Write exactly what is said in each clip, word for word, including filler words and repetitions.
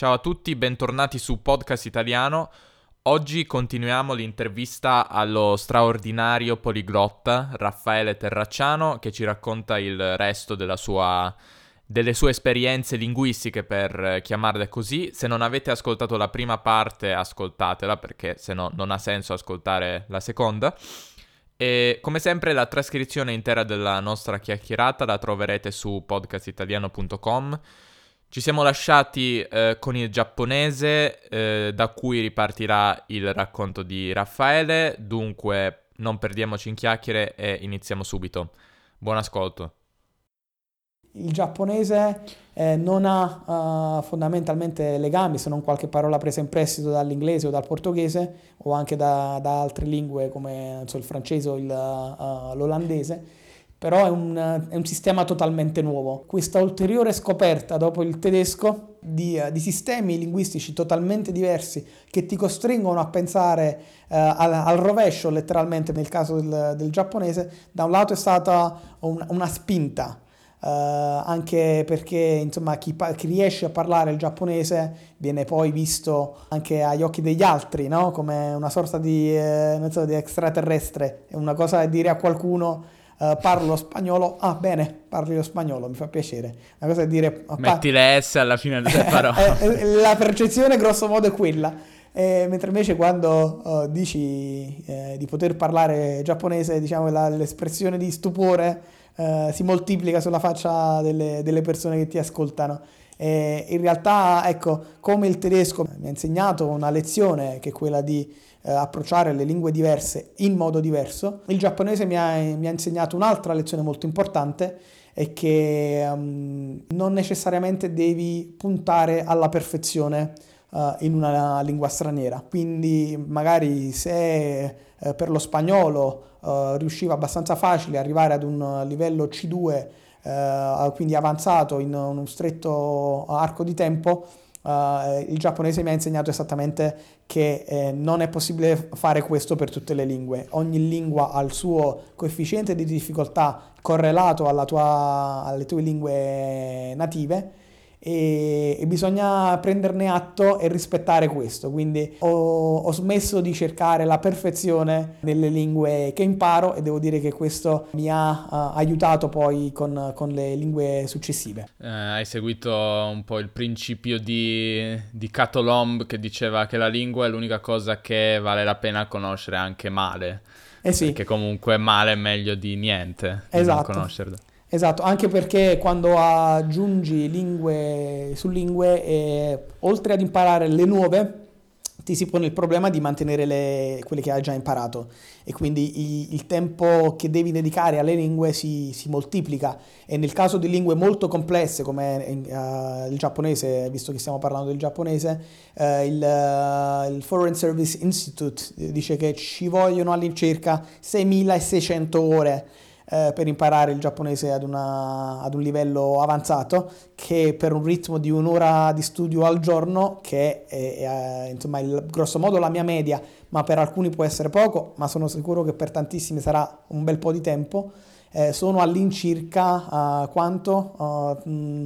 Ciao a tutti, bentornati su Podcast Italiano. Oggi continuiamo l'intervista allo straordinario poliglotta Raffaele Terracciano, che ci racconta il resto della sua, delle sue esperienze linguistiche, per chiamarle così. Se non avete ascoltato la prima parte, ascoltatela, perché se no non ha senso ascoltare la seconda. E come sempre la trascrizione intera della nostra chiacchierata la troverete su podcast italiano punto com. Ci siamo lasciati eh, con il giapponese, eh, da cui ripartirà il racconto di Raffaele, dunque non perdiamoci in chiacchiere e iniziamo subito. Buon ascolto. Il giapponese eh, non ha uh, fondamentalmente legami, se non qualche parola presa in prestito dall'inglese o dal portoghese o anche da, da altre lingue come non so, il francese o il, uh, l'olandese. Però è un, è un sistema totalmente nuovo. Questa ulteriore scoperta dopo il tedesco di, uh, di sistemi linguistici totalmente diversi che ti costringono a pensare uh, al, al rovescio letteralmente nel caso del, del giapponese, da un lato è stata un, una spinta, uh, anche perché insomma chi, pa- chi riesce a parlare il giapponese viene poi visto anche agli occhi degli altri, no? Come una sorta di, eh, non so, di extraterrestre. È una cosa da dire a qualcuno. Uh, parlo spagnolo, ah bene, parli lo spagnolo, mi fa piacere. Una cosa è dire... Oh, Metti le S alla fine delle parole. eh, la percezione grosso modo è quella. Eh, mentre invece quando uh, dici eh, di poter parlare giapponese, diciamo la, l'espressione di stupore uh, si moltiplica sulla faccia delle, delle persone che ti ascoltano. Eh, in realtà, ecco, come il tedesco mi ha insegnato una lezione che è quella di eh, approcciare le lingue diverse in modo diverso, il giapponese mi ha, mi ha insegnato un'altra lezione molto importante, è che um, non necessariamente devi puntare alla perfezione uh, in una lingua straniera. Quindi magari se eh, per lo spagnolo uh, riusciva abbastanza facile arrivare ad un livello C due, Uh, quindi avanzato in uno stretto arco di tempo, uh, il giapponese mi ha insegnato esattamente che eh, non è possibile fare questo per tutte le lingue. Ogni lingua ha il suo coefficiente di difficoltà correlato alla tua, alle tue lingue native e, e bisogna prenderne atto e rispettare questo. Quindi ho, ho smesso di cercare la perfezione nelle lingue che imparo e devo dire che questo mi ha uh, aiutato poi con, con le lingue successive. Eh, hai seguito un po' il principio di, di Cato Lomb, che diceva che la lingua è l'unica cosa che vale la pena conoscere anche male. Eh sì. Perché comunque male è meglio di niente, di Esatto. non conoscerla. Esatto, anche perché quando aggiungi lingue su lingue, eh, oltre ad imparare le nuove, ti si pone il problema di mantenere le, quelle che hai già imparato e quindi i, il tempo che devi dedicare alle lingue si, si moltiplica e nel caso di lingue molto complesse come uh, il giapponese, visto che stiamo parlando del giapponese, uh, il, uh, il Foreign Service Institute dice che ci vogliono all'incirca seimilaseicento ore per imparare il giapponese ad, una, ad un livello avanzato, che per un ritmo di un'ora di studio al giorno, che è, è insomma il, grosso modo la mia media, ma per alcuni può essere poco, ma sono sicuro che per tantissimi sarà un bel po' di tempo, eh, sono all'incirca uh, quanto? Uh,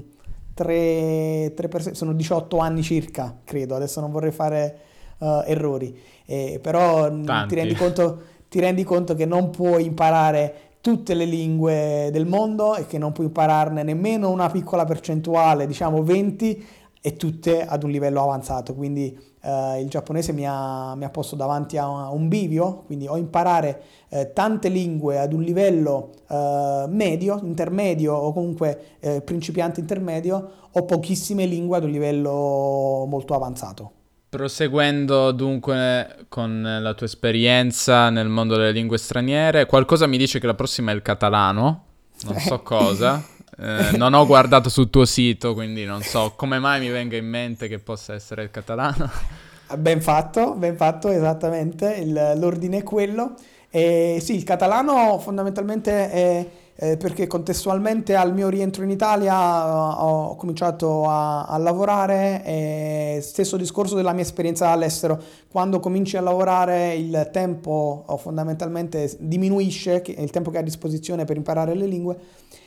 tre, tre per, sono diciotto anni circa, credo, adesso non vorrei fare uh, errori, eh, però ti rendi conto, ti rendi conto che non puoi imparare tutte le lingue del mondo e che non puoi impararne nemmeno una piccola percentuale, diciamo venti, e tutte ad un livello avanzato. Quindi eh, il giapponese mi ha, mi ha posto davanti a un bivio, quindi o imparare eh, tante lingue ad un livello eh, medio, intermedio o comunque eh, principiante intermedio, o pochissime lingue ad un livello molto avanzato. Proseguendo dunque con la tua esperienza nel mondo delle lingue straniere, qualcosa mi dice che la prossima è il catalano, non so cosa, eh, non ho guardato sul tuo sito, quindi non so come mai mi venga in mente che possa essere il catalano. Ben fatto, ben fatto, esattamente, il, l'ordine è quello. E sì, il catalano fondamentalmente è... Eh, perché contestualmente al mio rientro in Italia uh, ho cominciato a, a lavorare, e stesso discorso della mia esperienza all'estero, quando cominci a lavorare il tempo uh, fondamentalmente diminuisce, che è il tempo che hai a disposizione per imparare le lingue,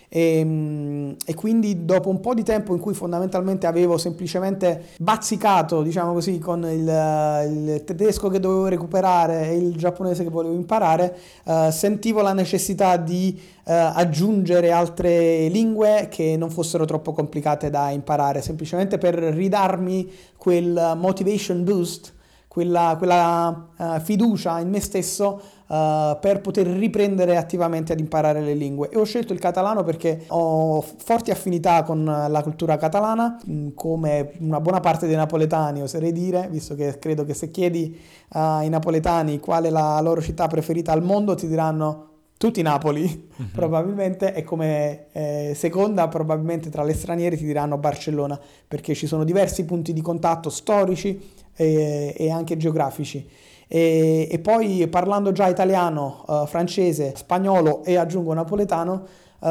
E, e quindi dopo un po' di tempo in cui fondamentalmente avevo semplicemente bazzicato, diciamo così, con il, il tedesco che dovevo recuperare e il giapponese che volevo imparare, eh, sentivo la necessità di eh, aggiungere altre lingue che non fossero troppo complicate da imparare, semplicemente per ridarmi quel motivation boost, quella, quella uh, fiducia in me stesso uh, per poter riprendere attivamente ad imparare le lingue. E ho scelto il catalano perché ho forti affinità con la cultura catalana, come una buona parte dei napoletani oserei dire, visto che credo che se chiedi uh, ai napoletani qual è la loro città preferita al mondo ti diranno tutti Napoli, mm-hmm. probabilmente, e come eh, seconda probabilmente tra le straniere ti diranno Barcellona, perché ci sono diversi punti di contatto storici e, e anche geografici. E, e poi parlando già italiano, uh, francese, spagnolo e aggiungo napoletano,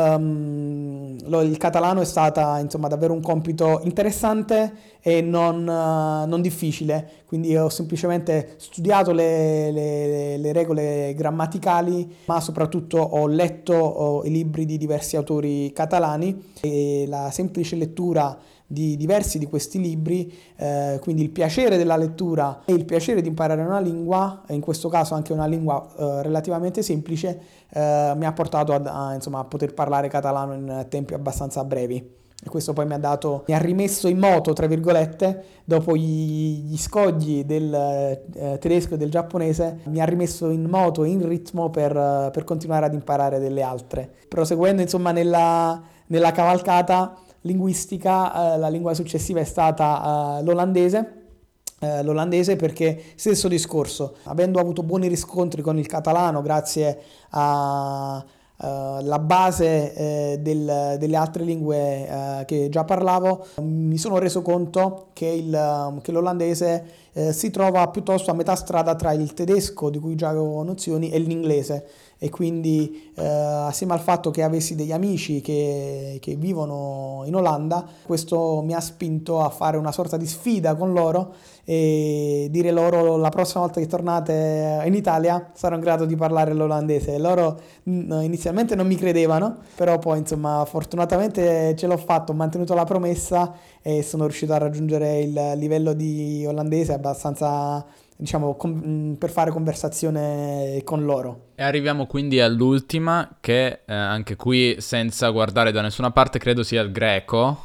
um, lo, il catalano è stata insomma davvero un compito interessante e non, uh, non difficile, quindi ho semplicemente studiato le, le, le regole grammaticali, ma soprattutto ho letto oh, i libri di diversi autori catalani e la semplice lettura di diversi di questi libri, eh, quindi il piacere della lettura e il piacere di imparare una lingua, e in questo caso anche una lingua eh, relativamente semplice, eh, mi ha portato a, a, insomma, a poter parlare catalano in tempi abbastanza brevi. E questo poi mi ha dato, mi ha rimesso in moto, tra virgolette, dopo gli, gli scogli del eh, tedesco e del giapponese, mi ha rimesso in moto, in ritmo per, per continuare ad imparare delle altre. Proseguendo insomma nella, nella cavalcata linguistica, eh, la lingua successiva è stata eh, l'olandese. Eh, l'olandese perché stesso discorso, avendo avuto buoni riscontri con il catalano grazie a Uh, la base eh, del, delle altre lingue uh, che già parlavo, mi sono reso conto che, il, uh, che l'olandese eh, si trova piuttosto a metà strada tra il tedesco, di cui già avevo nozioni, e l'inglese, e quindi eh, assieme al fatto che avessi degli amici che, che vivono in Olanda, questo mi ha spinto a fare una sorta di sfida con loro e dire loro la prossima volta che tornate in Italia sarò in grado di parlare l'olandese. Loro mh, inizialmente non mi credevano, però poi insomma fortunatamente ce l'ho fatto, ho mantenuto la promessa e sono riuscito a raggiungere il livello di olandese abbastanza, diciamo, com- per fare conversazione con loro. E arriviamo quindi all'ultima, che eh, anche qui senza guardare da nessuna parte credo sia il greco.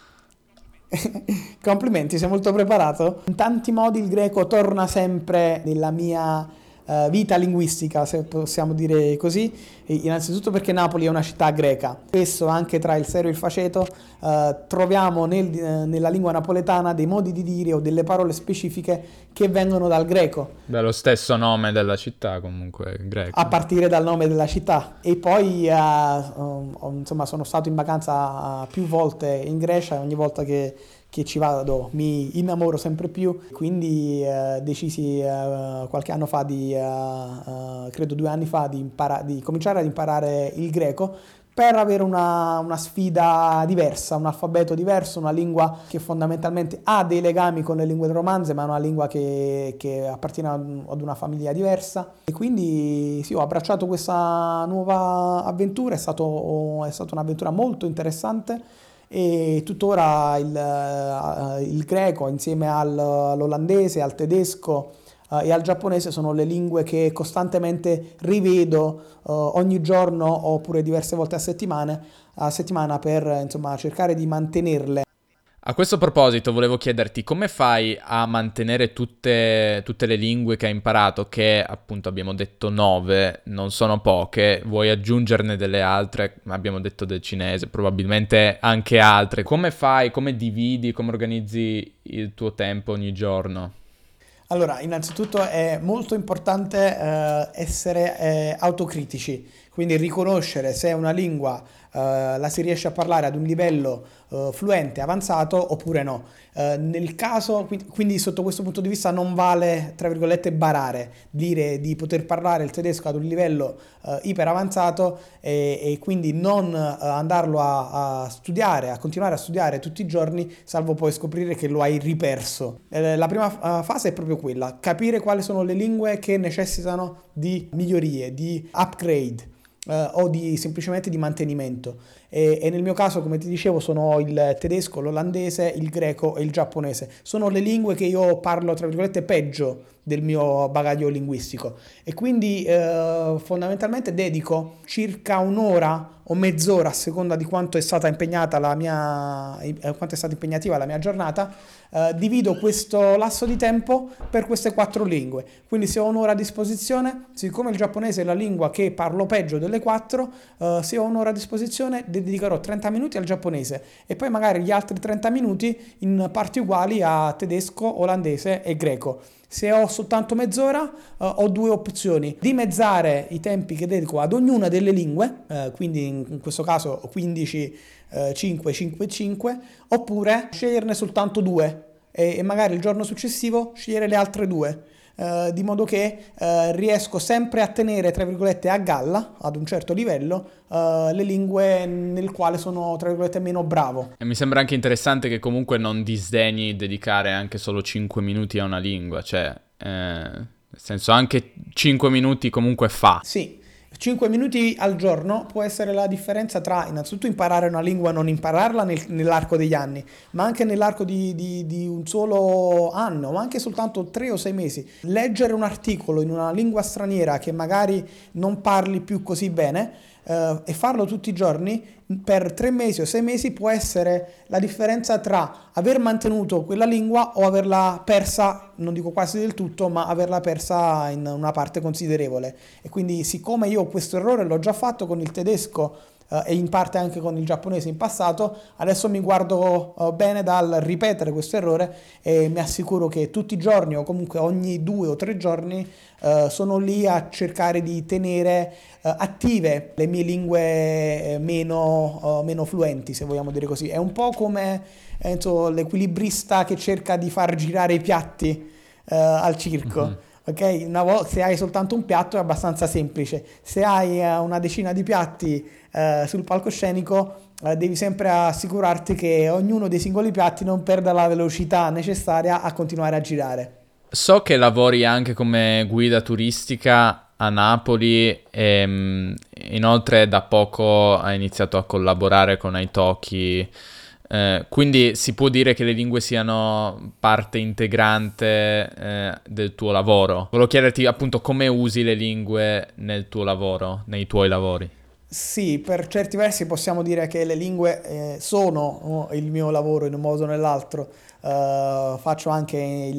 Complimenti, sei molto preparato. In tanti modi il greco torna sempre nella mia uh, vita linguistica, se possiamo dire così. E innanzitutto perché Napoli è una città greca. Spesso anche tra il serio e il faceto uh, troviamo nel, uh, nella lingua napoletana dei modi di dire o delle parole specifiche che vengono dal greco. Beh, lo stesso nome della città comunque, greco. A partire dal nome della città. E poi uh, um, insomma sono stato in vacanza più volte in Grecia e ogni volta che che ci vado mi innamoro sempre più, quindi eh, decisi eh, qualche anno fa, di, eh, eh, credo due anni fa, di, impara- di cominciare ad imparare il greco per avere una, una sfida diversa, un alfabeto diverso, una lingua che fondamentalmente ha dei legami con le lingue del romanzo, ma è una lingua che, che appartiene ad una famiglia diversa. E quindi sì, ho abbracciato questa nuova avventura, è, stato, è stata un'avventura molto interessante. E tuttora il, uh, il greco insieme al, all'olandese, al tedesco uh, e al giapponese sono le lingue che costantemente rivedo uh, ogni giorno oppure diverse volte a, settimane, a settimana per insomma cercare di mantenerle. A questo proposito volevo chiederti come fai a mantenere tutte, tutte le lingue che hai imparato, che appunto abbiamo detto nove, non sono poche, vuoi aggiungerne delle altre, abbiamo detto del cinese, probabilmente anche altre. Come fai, come dividi, come organizzi il tuo tempo ogni giorno? Allora, innanzitutto è molto importante eh, essere eh, autocritici, quindi riconoscere se una lingua eh, la si riesce a parlare ad un livello eh, fluente, avanzato oppure no. Eh, nel caso, quindi sotto questo punto di vista non vale, tra virgolette, barare, dire di poter parlare il tedesco ad un livello eh, iper avanzato e, e quindi non eh, andarlo a, a studiare, a continuare a studiare tutti i giorni, salvo poi scoprire che lo hai riperso. Eh, la prima uh, fase è proprio quella, capire quali sono le lingue che necessitano di migliorie, di upgrade. Uh, o di semplicemente di mantenimento e, e nel mio caso, come ti dicevo, sono il tedesco, l'olandese, il greco e il giapponese. Sono le lingue che io parlo, tra virgolette, peggio del mio bagaglio linguistico, e quindi eh, fondamentalmente dedico circa un'ora o mezz'ora, a seconda di quanto è stata impegnata la mia, eh, quanto è stata impegnativa la mia giornata. Eh, divido questo lasso di tempo per queste quattro lingue, quindi se ho un'ora a disposizione, siccome il giapponese è la lingua che parlo peggio delle quattro, eh, se ho un'ora a disposizione dedicherò trenta minuti al giapponese e poi magari gli altri trenta minuti in parti uguali a tedesco, olandese e greco. Se ho soltanto mezz'ora, eh, ho due opzioni: dimezzare i tempi che dedico ad ognuna delle lingue, eh, quindi in, in questo caso quindici, eh, cinque, cinque, cinque, oppure sceglierne soltanto due e, e magari il giorno successivo scegliere le altre due, eh, di modo che eh, riesco sempre a tenere, tra virgolette, a galla, ad un certo livello, eh, le lingue nel quale sono, tra virgolette, meno bravo. E mi sembra anche interessante che comunque non disdegni dedicare anche solo cinque minuti a una lingua, cioè, eh, nel senso, anche cinque minuti comunque fa. Sì, cinque minuti al giorno può essere la differenza tra innanzitutto imparare una lingua e non impararla nel- nell'arco degli anni, ma anche nell'arco di, di- di un solo anno, ma anche soltanto tre o sei mesi. Leggere un articolo in una lingua straniera che magari non parli più così bene, eh, e farlo tutti i giorni per tre mesi o sei mesi può essere la differenza tra aver mantenuto quella lingua o averla persa, non dico quasi del tutto, ma averla persa in una parte considerevole. E quindi, siccome io questo errore l'ho già fatto con il tedesco, eh, e in parte anche con il giapponese in passato, adesso mi guardo eh, bene dal ripetere questo errore e mi assicuro che tutti i giorni o comunque ogni due o tre giorni eh, sono lì a cercare di tenere eh, attive le mie lingue eh, meno, eh, meno fluenti, se vogliamo dire così. È un po' come eh, insomma, l'equilibrista che cerca di far girare i piatti eh, al circo. Mhm. Ok, una vo- se hai soltanto un piatto è abbastanza semplice. Se hai eh, una decina di piatti eh, sul palcoscenico, eh, devi sempre assicurarti che ognuno dei singoli piatti non perda la velocità necessaria a continuare a girare. So che lavori anche come guida turistica a Napoli e mh, inoltre da poco hai iniziato a collaborare con Italki. Eh, quindi si può dire che le lingue siano parte integrante eh, del tuo lavoro. Volevo chiederti appunto come usi le lingue nel tuo lavoro, nei tuoi lavori. Sì, per certi versi possiamo dire che le lingue eh, sono oh, il mio lavoro in un modo o nell'altro. Eh, faccio anche il,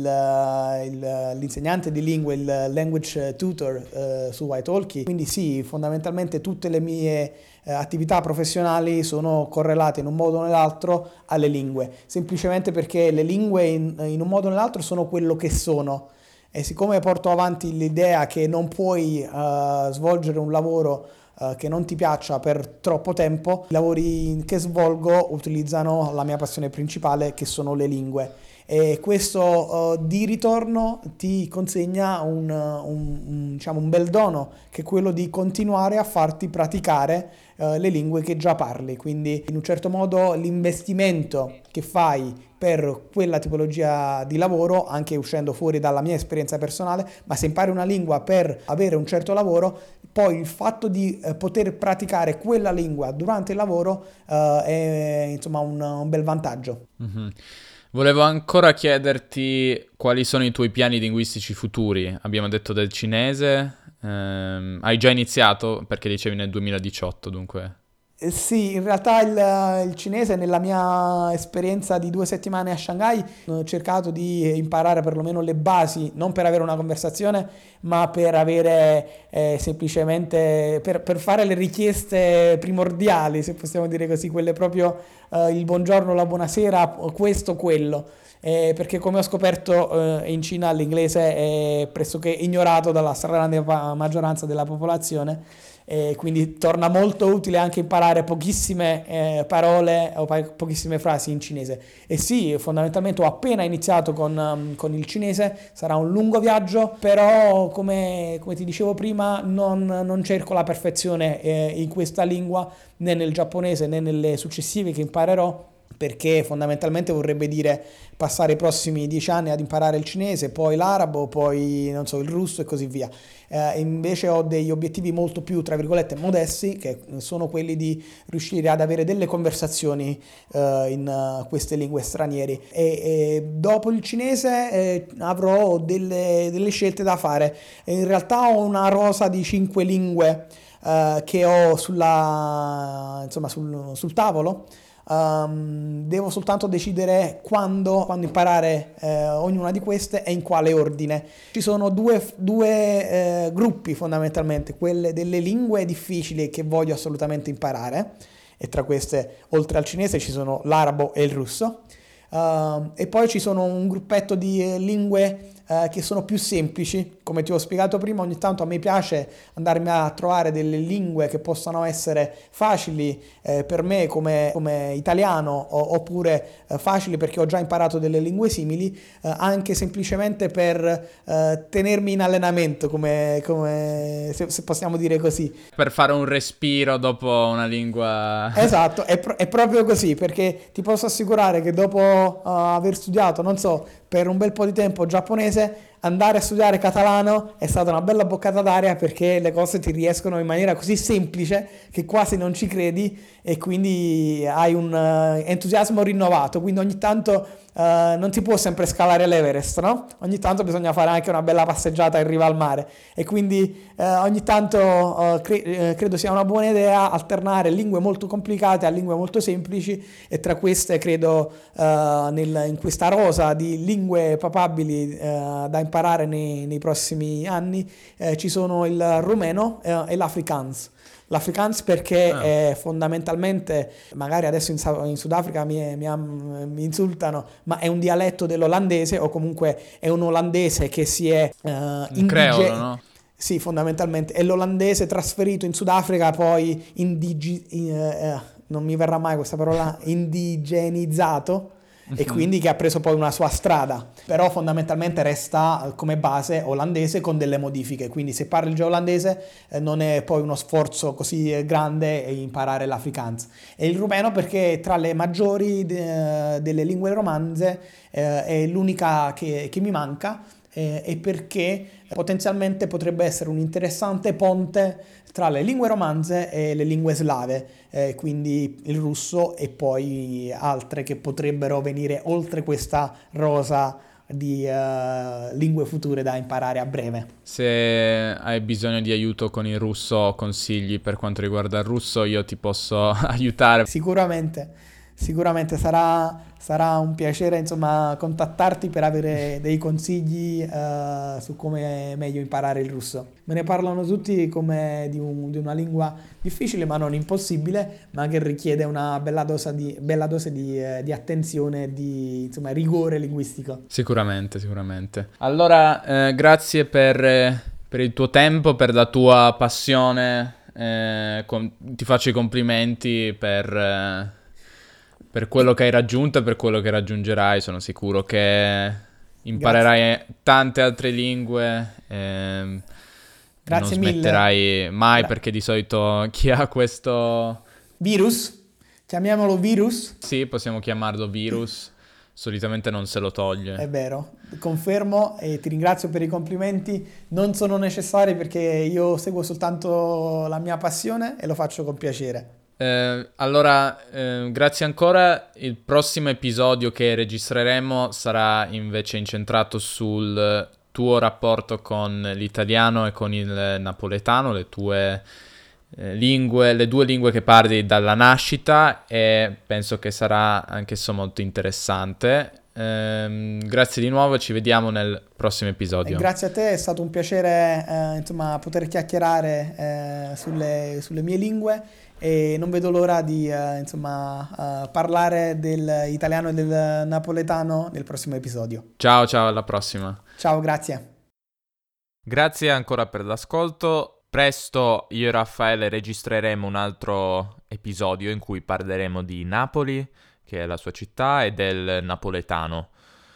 il- l'insegnante di lingue, il language tutor eh, su Italki. Quindi sì, fondamentalmente tutte le mie eh, attività professionali sono correlate in un modo o nell'altro alle lingue, semplicemente perché le lingue in, in un modo o nell'altro sono quello che sono. E siccome porto avanti l'idea che non puoi eh, svolgere un lavoro eh, che non ti piaccia per troppo tempo, i lavori che svolgo utilizzano la mia passione principale, che sono le lingue. E questo eh, di ritorno ti consegna un, un- un, diciamo, un bel dono, che è quello di continuare a farti praticare eh, le lingue che già parli. Quindi in un certo modo l'investimento che fai per quella tipologia di lavoro, anche uscendo fuori dalla mia esperienza personale, ma se impari una lingua per avere un certo lavoro, poi il fatto di eh, poter praticare quella lingua durante il lavoro eh, è insomma un, un bel vantaggio. Mhm. Volevo ancora chiederti quali sono i tuoi piani linguistici futuri. Abbiamo detto del cinese. Ehm, hai già iniziato? Perché dicevi nel duemiladiciotto, dunque. Eh, Sì, in realtà il, il cinese nella mia esperienza di due settimane a Shanghai ho cercato di imparare perlomeno le basi, non per avere una conversazione, ma per avere eh, semplicemente, per, per fare le richieste primordiali, se possiamo dire così, quelle proprio eh, il buongiorno, la buonasera, questo, quello. Eh, perché come ho scoperto eh, in Cina l'inglese è pressoché ignorato dalla stragrande pa- maggioranza della popolazione, e quindi torna molto utile anche imparare pochissime eh, parole o pa- pochissime frasi in cinese. E sì, fondamentalmente ho appena iniziato con, um, con il cinese, sarà un lungo viaggio, però come, come ti dicevo prima non, non cerco la perfezione eh, in questa lingua, né nel giapponese né nelle successive che imparerò, perché fondamentalmente vorrebbe dire passare i prossimi dieci anni ad imparare il cinese, poi l'arabo, poi non so, il russo e così via. Eh, invece ho degli obiettivi molto più, tra virgolette, modesti, che sono quelli di riuscire ad avere delle conversazioni eh, in uh, queste lingue straniere. E, e dopo il cinese eh, avrò delle, delle scelte da fare. E in realtà ho una rosa di cinque lingue eh, che ho sulla, insomma, sul, sul tavolo. Um, devo soltanto decidere quando, quando imparare eh, ognuna di queste e in quale ordine. Ci sono due, due eh, gruppi fondamentalmente, quelle delle lingue difficili che voglio assolutamente imparare, e tra queste, oltre al cinese, ci sono l'arabo e il russo. Uh, e poi ci sono un gruppetto di eh, lingue eh, che sono più semplici. Come ti ho spiegato prima, ogni tanto a me piace andarmi a trovare delle lingue che possano essere facili eh, per me come, come italiano, o, oppure eh, facili perché ho già imparato delle lingue simili, eh, anche semplicemente per eh, tenermi in allenamento, come, come se, se possiamo dire così. Per fare un respiro dopo una lingua... Esatto, è, pro- è proprio così, perché ti posso assicurare che dopo uh, aver studiato, non so, per un bel po' di tempo giapponese, andare a studiare catalano è stata una bella boccata d'aria, perché le cose ti riescono in maniera così semplice che quasi non ci credi, e quindi hai un uh, entusiasmo rinnovato. Quindi ogni tanto uh, non si può sempre scalare l'Everest, no? Ogni tanto bisogna fare anche una bella passeggiata in riva al mare, e quindi uh, ogni tanto uh, cre- credo sia una buona idea alternare lingue molto complicate a lingue molto semplici, e tra queste credo uh, nel, in questa rosa di lingue papabili uh, da imparare nei, nei prossimi anni eh, ci sono il rumeno eh, e l'afrikaans. L'afrikaans perché ah. è fondamentalmente, magari adesso in, in Sudafrica mi, mi, mi insultano, ma è un dialetto dell'olandese, o comunque è un olandese che si è uh, un indige- creolo, no? Sì, fondamentalmente è l'olandese trasferito in Sudafrica, poi indigi- in, uh, non mi verrà mai questa parola, indigenizzato, e quindi che ha preso poi una sua strada, però fondamentalmente resta come base olandese con delle modifiche. Quindi se parli già olandese eh, non è poi uno sforzo così grande imparare l'afrikaans. E il rumeno perché tra le maggiori de- delle lingue romanze eh, è l'unica che, che mi manca, eh, e perché potenzialmente potrebbe essere un interessante ponte tra le lingue romanze e le lingue slave, eh, quindi il russo e poi altre che potrebbero venire oltre questa rosa di uh, lingue future da imparare a breve. Se hai bisogno di aiuto con il russo o consigli per quanto riguarda il russo, io ti posso aiutare. Sicuramente. Sicuramente sarà, sarà un piacere, insomma, contattarti per avere dei consigli uh, su come meglio imparare il russo. Me ne parlano tutti come di, un, di una lingua difficile ma non impossibile, ma che richiede una bella dose di, bella dose di, eh, di attenzione e di, insomma, rigore linguistico. Sicuramente, sicuramente. Allora, eh, grazie per, eh, per il tuo tempo, per la tua passione. Eh, com- ti faccio i complimenti per... Eh... per quello che hai raggiunto e per quello che raggiungerai. Sono sicuro che imparerai Grazie. tante altre lingue e Grazie non mille. smetterai mai. Gra- Gra- perché di solito chi ha questo virus, chiamiamolo virus. Sì, possiamo chiamarlo virus. Solitamente non se lo toglie. È vero, confermo, e ti ringrazio per i complimenti. Non sono necessari perché io seguo soltanto la mia passione e lo faccio con piacere. Eh, allora, eh, grazie ancora. Il prossimo episodio che registreremo sarà invece incentrato sul tuo rapporto con l'italiano e con il napoletano, le tue eh, lingue, le due lingue che parli dalla nascita, e penso che sarà anch'esso molto interessante. Eh, grazie di nuovo, ci vediamo nel prossimo episodio. E grazie a te, è stato un piacere eh, insomma, poter chiacchierare eh, sulle, sulle mie lingue. E non vedo l'ora di uh, insomma uh, parlare dell'italiano e del napoletano nel prossimo episodio. Ciao, ciao, alla prossima. Ciao, grazie. Grazie ancora per l'ascolto. Presto io e Raffaele registreremo un altro episodio in cui parleremo di Napoli, che è la sua città, e del napoletano.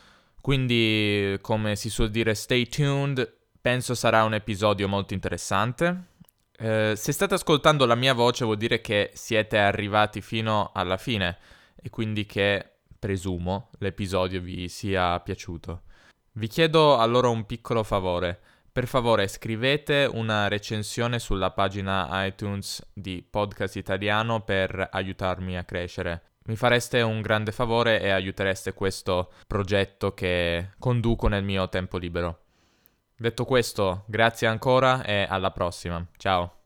Quindi, come si suol dire, stay tuned. Penso sarà un episodio molto interessante. Uh, se state ascoltando la mia voce vuol dire che siete arrivati fino alla fine, e quindi che, presumo, l'episodio vi sia piaciuto. Vi chiedo allora un piccolo favore. Per favore scrivete una recensione sulla pagina iTunes di Podcast Italiano per aiutarmi a crescere. Mi fareste un grande favore e aiutereste questo progetto che conduco nel mio tempo libero. Detto questo, grazie ancora e alla prossima. Ciao!